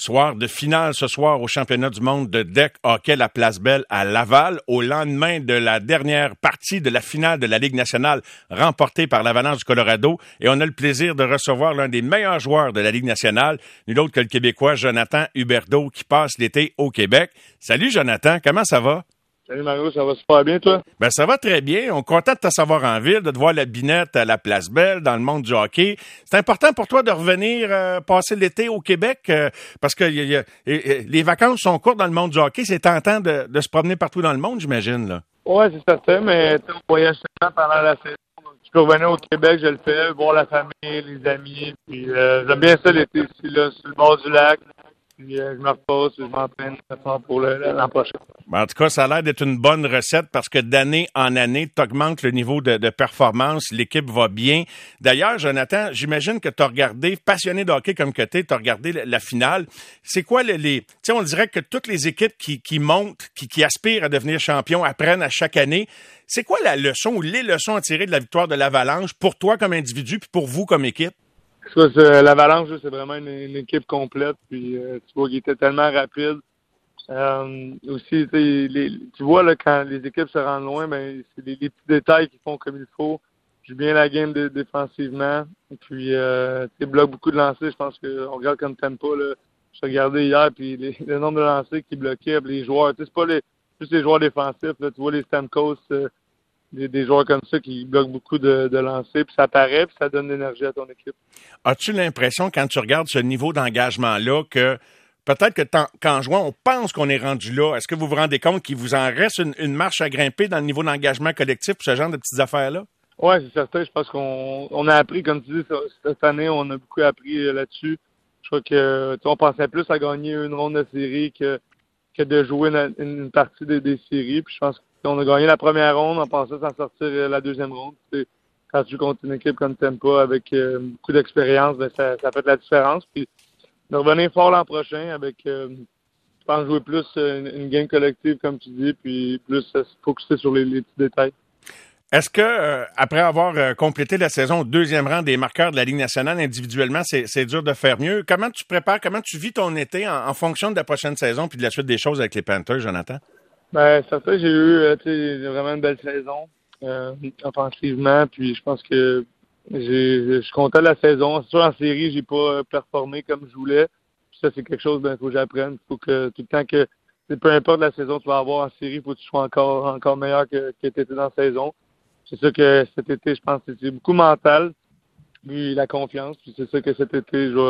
soir de finale ce soir au championnat du monde de deck hockey La Place Belle à Laval, au lendemain de la dernière partie de la finale de la Ligue nationale remportée par l'Avalanche du Colorado. Et on a le plaisir de recevoir l'un des meilleurs joueurs de la Ligue nationale, nul autre que le Québécois Jonathan Huberdeau, qui passe l'été au Québec. Salut Jonathan, comment ça va? Salut Mario, ça va super bien, toi? Ben ça va très bien. On est content de te savoir en ville, de te voir la binette à la Place Belle, dans le monde du hockey. C'est important pour toi de revenir passer l'été au Québec parce que les vacances sont courtes dans le monde du hockey. C'est tentant de se promener partout dans le monde, j'imagine, là. Oui, c'est certain, mais on voyage souvent pendant la saison. Donc, je peux revenir au Québec, je le fais, voir la famille, les amis. Puis j'aime bien ça l'été ici, là, sur le bord du lac. Puis je me repose, je m'entraîne pour l'an prochain. En tout cas, ça a l'air d'être une bonne recette parce que d'année en année, tu augmentes le niveau de performance, l'équipe va bien. D'ailleurs, Jonathan, j'imagine que tu as regardé, passionné de hockey comme que tu as regardé la finale. C'est quoi tu sais, on dirait que toutes les équipes qui montent, qui aspirent à devenir champions, apprennent à chaque année. C'est quoi la leçon ou les leçons à tirer de la victoire de l'Avalanche pour toi comme individu puis pour vous comme équipe? L'Avalanche, c'est vraiment une équipe complète. Puis tu vois qu'il était tellement rapide. Aussi, tu vois là, quand les équipes se rendent loin, ben c'est les petits détails qui font comme il faut. Joue bien la game défensivement. Puis bloque beaucoup de lancers. Je pense qu'on regarde comme Tampa. Là. Je regardais hier, puis le nombre de lancers qui bloquaient, puis les joueurs. C'est pas juste les joueurs défensifs. Là, tu vois les Stamkos, des joueurs comme ça qui bloquent beaucoup de lancers, puis ça paraît, puis ça donne de l'énergie à ton équipe. As-tu l'impression, quand tu regardes ce niveau d'engagement-là, que peut-être que qu'en jouant, on pense qu'on est rendu là? Est-ce que vous vous rendez compte qu'il vous en reste une marche à grimper dans le niveau d'engagement collectif pour ce genre de petites affaires-là? Oui, c'est certain. Je pense qu'on a appris, comme tu dis, cette année, on a beaucoup appris là-dessus. Je crois que on pensait plus à gagner une ronde de série que de jouer une partie des séries. Puis je pense qu'on a gagné la première ronde, on pensait s'en sortir la deuxième ronde. Quand tu joues contre une équipe comme Tampa avec beaucoup d'expérience, ben ça fait de la différence. Puis de revenir fort l'an prochain avec, je pense, jouer plus une game collective, comme tu dis, puis plus se focusser sur les petits détails. Est-ce que, après avoir complété la saison au deuxième rang des marqueurs de la Ligue nationale individuellement, c'est dur de faire mieux? Comment tu prépares, comment tu vis ton été en fonction de la prochaine saison puis de la suite des choses avec les Panthers, Jonathan? Ben, certain, j'ai eu vraiment une belle saison offensivement, puis je pense que je suis content de la saison. C'est sûr, en série, j'ai pas performé comme je voulais. Puis ça, c'est quelque chose qu'il faut que j'apprenne. Il faut que tout le temps que, peu importe la saison que tu vas avoir en série, il faut que tu sois encore meilleur que tu étais dans la saison. C'est ça que cet été, je pense que c'est beaucoup mental, puis la confiance. Puis c'est ça que cet été, je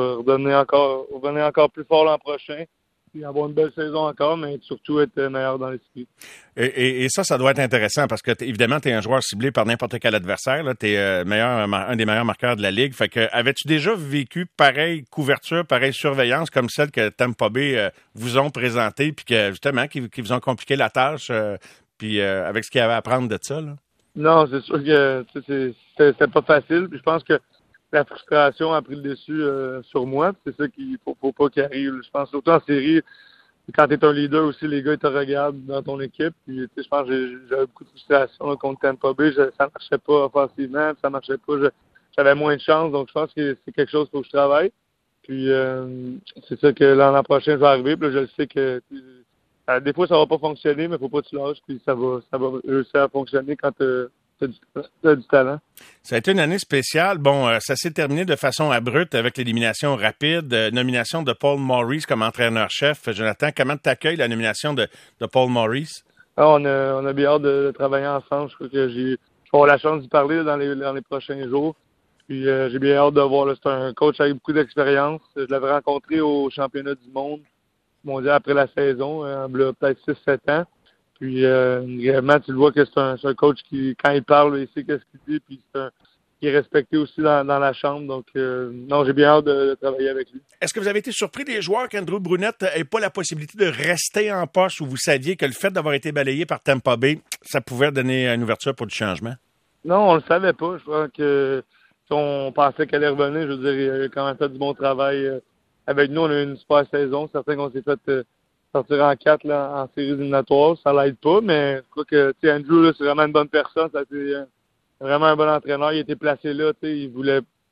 vais revenir encore plus fort l'an prochain. Puis avoir une belle saison encore, mais surtout être meilleur dans les séries. Et ça doit être intéressant parce que, évidemment, tu es un joueur ciblé par n'importe quel adversaire. Tu es un des meilleurs marqueurs de la Ligue. Fait que, avais-tu déjà vécu pareille couverture, pareille surveillance comme celle que Tampa Bay vous ont présentée, puis que, justement, qui vous ont compliqué la tâche, puis avec ce qu'il y avait à apprendre de ça? Là? Non, c'est sûr que c'était pas facile. Puis je pense que la frustration a pris le dessus sur moi. C'est ça qu'il faut pas qu'il arrive. Je pense surtout en série, quand tu es un leader aussi, les gars ils te regardent dans ton équipe. Puis je pense que j'avais beaucoup de frustration là, contre Tampa Bay. Ça marchait pas offensivement, ça marchait pas. J'avais moins de chance. Donc je pense que c'est quelque chose qu'il faut que je travaille. Puis c'est ça que l'an prochain je vais arriver. Puis là, je sais que des fois ça va pas fonctionner, mais faut pas que tu lâches. Puis ça va réussir à fonctionner quand t'as du talent. Ça a été une année spéciale. Bon, ça s'est terminé de façon abrupte avec l'élimination rapide. Nomination de Paul Maurice comme entraîneur-chef. Jonathan, comment t'accueilles la nomination de Paul Maurice? On a bien hâte de travailler ensemble. Je crois que je vais avoir la chance d'y parler dans les prochains jours. Puis j'ai bien hâte de voir. Là, c'est un coach avec beaucoup d'expérience. Je l'avais rencontré au championnat du monde mondial après la saison, il y a peut-être 6-7 ans. Puis vraiment, tu le vois que c'est un coach qui, quand il parle, il sait qu'est-ce qu'il dit, puis qui est respecté aussi dans la chambre. Donc, non, j'ai bien hâte de travailler avec lui. Est-ce que vous avez été surpris des joueurs qu'Andrew Brunette n'ait pas la possibilité de rester en poste où vous saviez que le fait d'avoir été balayé par Tampa Bay, ça pouvait donner une ouverture pour du changement? Non, on le savait pas. Je crois que on pensait qu'elle allait revenir. Je veux dire, il a quand même fait du bon travail. Avec nous, on a eu une super saison. Certains qu'on s'est fait sortir en 4 là, en séries éliminatoires. Ça l'aide pas, mais je crois que Andrew, là, c'est vraiment une bonne personne. Ça a été vraiment un bon entraîneur. Il était placé là. Il voulait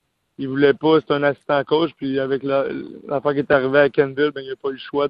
il voulait pas, c'est un assistant coach, puis avec l'affaire qui est arrivée à Kenville, ben il n'a pas eu le choix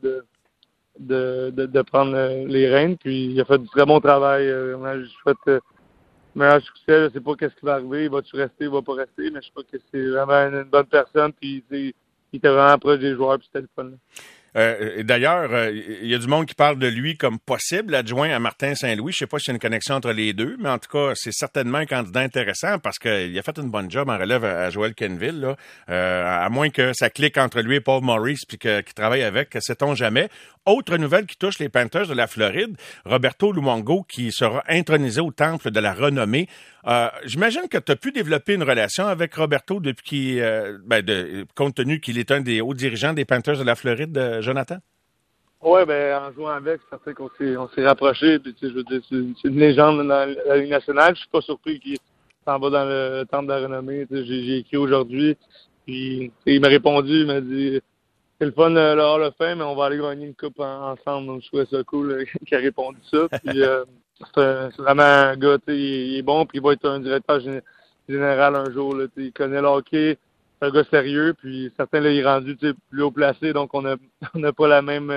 de prendre les rênes, puis il a fait du très bon travail. Je souhaite meilleur succès. Je sais pas qu'est-ce qui va arriver, il va-tu rester, il va pas rester, mais je sais pas que c'est vraiment une bonne personne, puis il était vraiment proche des joueurs, puis c'était le fun. Et d'ailleurs, il y a du monde qui parle de lui comme possible adjoint à Martin Saint-Louis. Je sais pas s'il y a une connexion entre les deux, mais en tout cas, c'est certainement un candidat intéressant parce qu'il a fait une bonne job en relève à Joel Kenville, là. À moins que ça clique entre lui et Paul Maurice puis qu'il travaille avec, sait-on jamais. Autre nouvelle qui touche les Panthers de la Floride, Roberto Luongo qui sera intronisé au temple de la renommée. J'imagine que tu as pu développer une relation avec Roberto depuis compte tenu qu'il est un des hauts dirigeants des Panthers de la Floride, Jonathan? Oui, en jouant avec, ça fait qu'on s'est rapprochés. Puis, je veux dire, c'est une légende dans la Ligue nationale. Je suis pas surpris qu'il s'en va dans le temple de la renommée. J'ai écrit aujourd'hui. Puis il m'a répondu, il m'a dit c'est le fun le Hall of Fame, mais on va aller gagner une coupe ensemble. Donc je trouvais ça cool qu'il a répondu ça. Puis c'est vraiment un gars, il est bon, puis il va être un directeur général un jour. Là, il connaît le hockey, c'est un gars sérieux, puis certains là, il est rendu plus haut placé, donc on n'a pas la même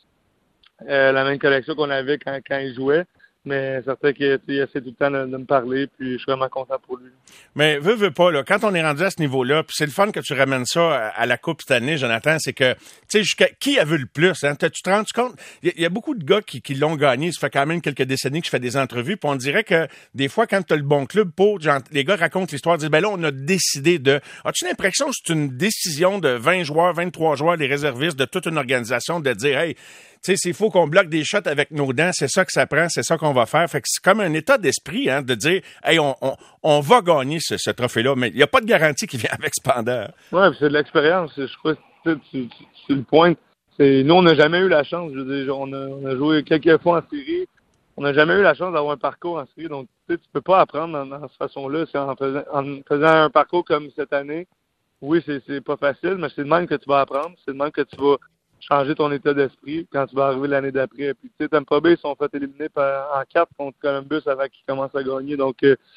collection qu'on avait quand il jouait. Mais certain qu'il essaie tout le temps de me parler, puis je suis vraiment content pour lui. Mais veux pas, là, quand on est rendu à ce niveau-là, puis c'est le fun que tu ramènes ça à la Coupe cette année, Jonathan, c'est que, tu sais, qui a vu le plus, hein? Tu te rends compte? Il y a beaucoup de gars qui l'ont gagné, ça fait quand même quelques décennies que je fais des entrevues, puis on dirait que, des fois, quand tu as le bon club les gars racontent l'histoire, disent, ben là, on a décidé de... As-tu l'impression que c'est une décision de 20 joueurs, 23 joueurs, les réservistes, de toute une organisation, de dire, hey, tu sais, s'il faut qu'on bloque des shots avec nos dents, c'est ça que ça prend, c'est ça qu'on va faire. Fait que c'est comme un état d'esprit, hein, de dire, hey, on va gagner ce trophée-là, mais il n'y a pas de garantie qui vient avec cependant. Ouais, c'est de l'expérience. Je crois que c'est le point. Nous, on n'a jamais eu la chance. Je veux dire, on a joué quelques fois en série. On n'a jamais eu la chance d'avoir un parcours en série. Donc, tu peux pas apprendre dans cette façon-là. C'est en faisant un parcours comme cette année. Oui, c'est pas facile, mais c'est de même que tu vas apprendre. C'est de même que tu vas changer ton état d'esprit quand tu vas arriver l'année d'après. Puis, tu sais, Tampa Bay, ils sont fait éliminer en 4 contre Columbus avant qu'ils commencent à gagner. Donc,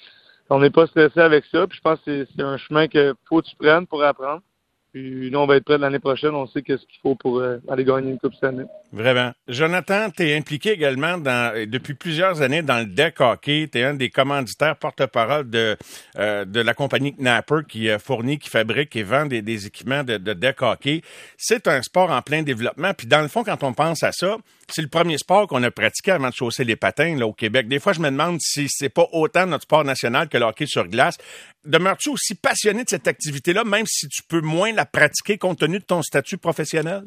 on n'est pas stressé avec ça. Puis, je pense que c'est un chemin que faut que tu prennes pour apprendre. Puis, nous, on va être prêts l'année prochaine. On sait qu'est-ce qu'il faut pour aller gagner une Coupe cette année. Vraiment. Jonathan, tu es impliqué également depuis plusieurs années dans le deck hockey. Tu es un des commanditaires porte-parole de la compagnie Knapper qui fournit, qui fabrique et vend des équipements de deck hockey. C'est un sport en plein développement. Puis dans le fond, quand on pense à ça, c'est le premier sport qu'on a pratiqué avant de chausser les patins là, au Québec. Des fois, je me demande si c'est pas autant notre sport national que le hockey sur glace. Demeures-tu aussi passionné de cette activité-là, même si tu peux moins la pratiquer compte tenu de ton statut professionnel?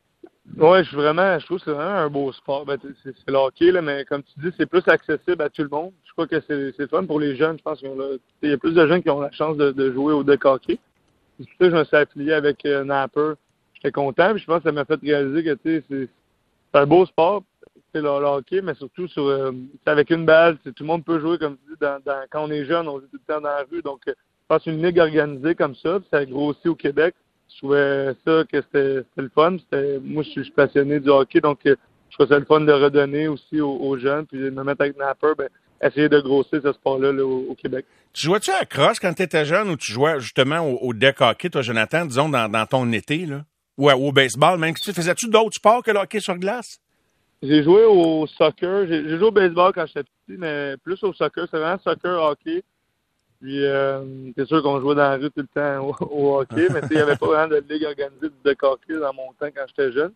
Oui, je trouve que c'est vraiment un beau sport. C'est le hockey, là, mais comme tu dis, c'est plus accessible à tout le monde. Je crois que c'est fun pour les jeunes. Je pense qu'il y a plus de jeunes qui ont la chance de jouer au deck hockey. C'est pour ça que je me suis affilié avec Napper. J'étais content, puis je pense que ça m'a fait réaliser que c'est un beau sport, c'est le hockey, mais surtout avec une balle. Tout le monde peut jouer, comme tu dis, quand on est jeune, on joue tout le temps dans la rue. Donc, je pense une ligue organisée comme ça, puis ça grossit au Québec. Je trouvais ça que c'était le fun. Moi, je suis passionné du hockey, donc je trouvais ça le fun de redonner aussi aux jeunes, puis de me mettre avec Napper, essayer de grossir ce sport-là là, au Québec. Tu jouais-tu à la crosse quand tu étais jeune ou tu jouais justement au deck hockey, toi, Jonathan, disons, dans ton été, là? Ou au baseball, même? Faisais-tu d'autres sports que le hockey sur glace? J'ai joué au soccer. J'ai joué au baseball quand j'étais petit, mais plus au soccer. C'est vraiment soccer, hockey. Puis, c'est sûr qu'on jouait dans la rue tout le temps au hockey, mais il n'y avait pas vraiment de ligue organisée de hockey dans mon temps quand j'étais jeune.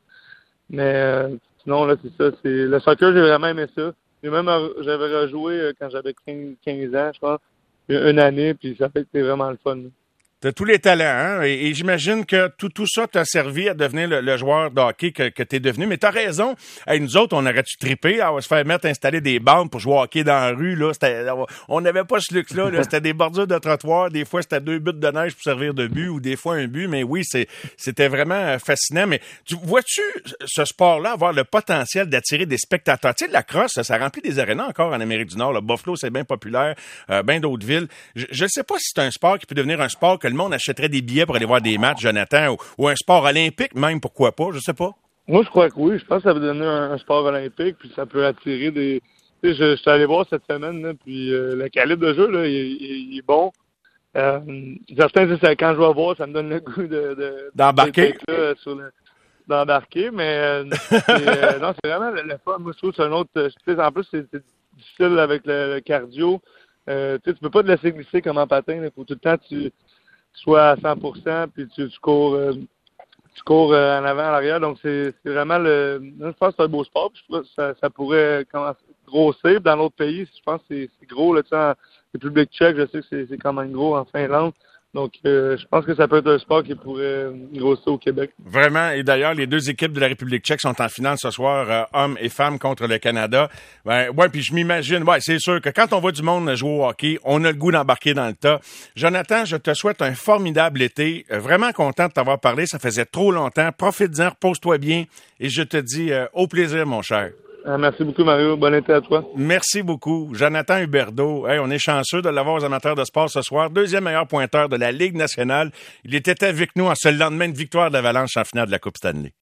Mais sinon, là, c'est ça. Le soccer, j'ai vraiment aimé ça. J'avais rejoué quand j'avais 15 ans, je pense, une année, puis ça fait que c'était vraiment le fun. Là. T'as tous les talents, hein? Et j'imagine que tout ça t'a servi à devenir le joueur de hockey que t'es devenu. Mais t'as raison. Hey, nous autres, on aurait-tu trippé à se faire installer des bandes pour jouer au hockey dans la rue, là? On n'avait pas ce luxe-là, là. C'était des bordures de trottoir. Des fois, c'était 2 buts de neige pour servir de but ou des fois un but. Mais oui, c'était vraiment fascinant. Mais vois-tu ce sport-là avoir le potentiel d'attirer des spectateurs? Tu sais, la crosse, ça remplit des arénas encore en Amérique du Nord. Le Buffalo, c'est bien populaire. Bien d'autres villes. Je ne sais pas si c'est un sport qui peut devenir un sport que le monde achèterait des billets pour aller voir des matchs, Jonathan, ou un sport olympique même, pourquoi pas, je sais pas. Moi, je crois que oui. Je pense que ça va devenir un sport olympique, puis ça peut attirer des... Tu sais, je suis allé voir cette semaine, là, puis le calibre de jeu, là, il est bon. Certains disent que quand je vais voir, ça me donne le goût d'embarquer. D'embarquer, mais non, c'est vraiment le fun. Moi, je trouve que c'est un autre. En plus, c'est difficile avec le cardio. Tu peux pas te laisser glisser comme en patin. Il faut tout le temps que tu sois à 100%, puis tu cours. Tu cours en avant, en arrière. Donc, c'est vraiment je pense que c'est un beau sport. Puis je trouve que ça pourrait commencer à grossir. Dans d'autres pays, je pense que c'est gros. Là, en République tchèque, je sais que c'est quand même gros en Finlande. Donc, je pense que ça peut être un sport qui pourrait grossir au Québec. Vraiment. Et d'ailleurs, les deux équipes de la République tchèque sont en finale ce soir, hommes et femmes contre le Canada. Puis je m'imagine, c'est sûr que quand on voit du monde jouer au hockey, on a le goût d'embarquer dans le tas. Jonathan, je te souhaite un formidable été. Vraiment content de t'avoir parlé. Ça faisait trop longtemps. Profite-en, repose-toi bien. Et je te dis au plaisir, mon cher. Merci beaucoup, Mario. Bon été à toi. Merci beaucoup. Jonathan Huberdeau. On est chanceux de l'avoir aux amateurs de sport ce soir. Deuxième meilleur pointeur de la Ligue nationale. Il était avec nous en ce lendemain de victoire de l'Avalanche en finale de la Coupe Stanley.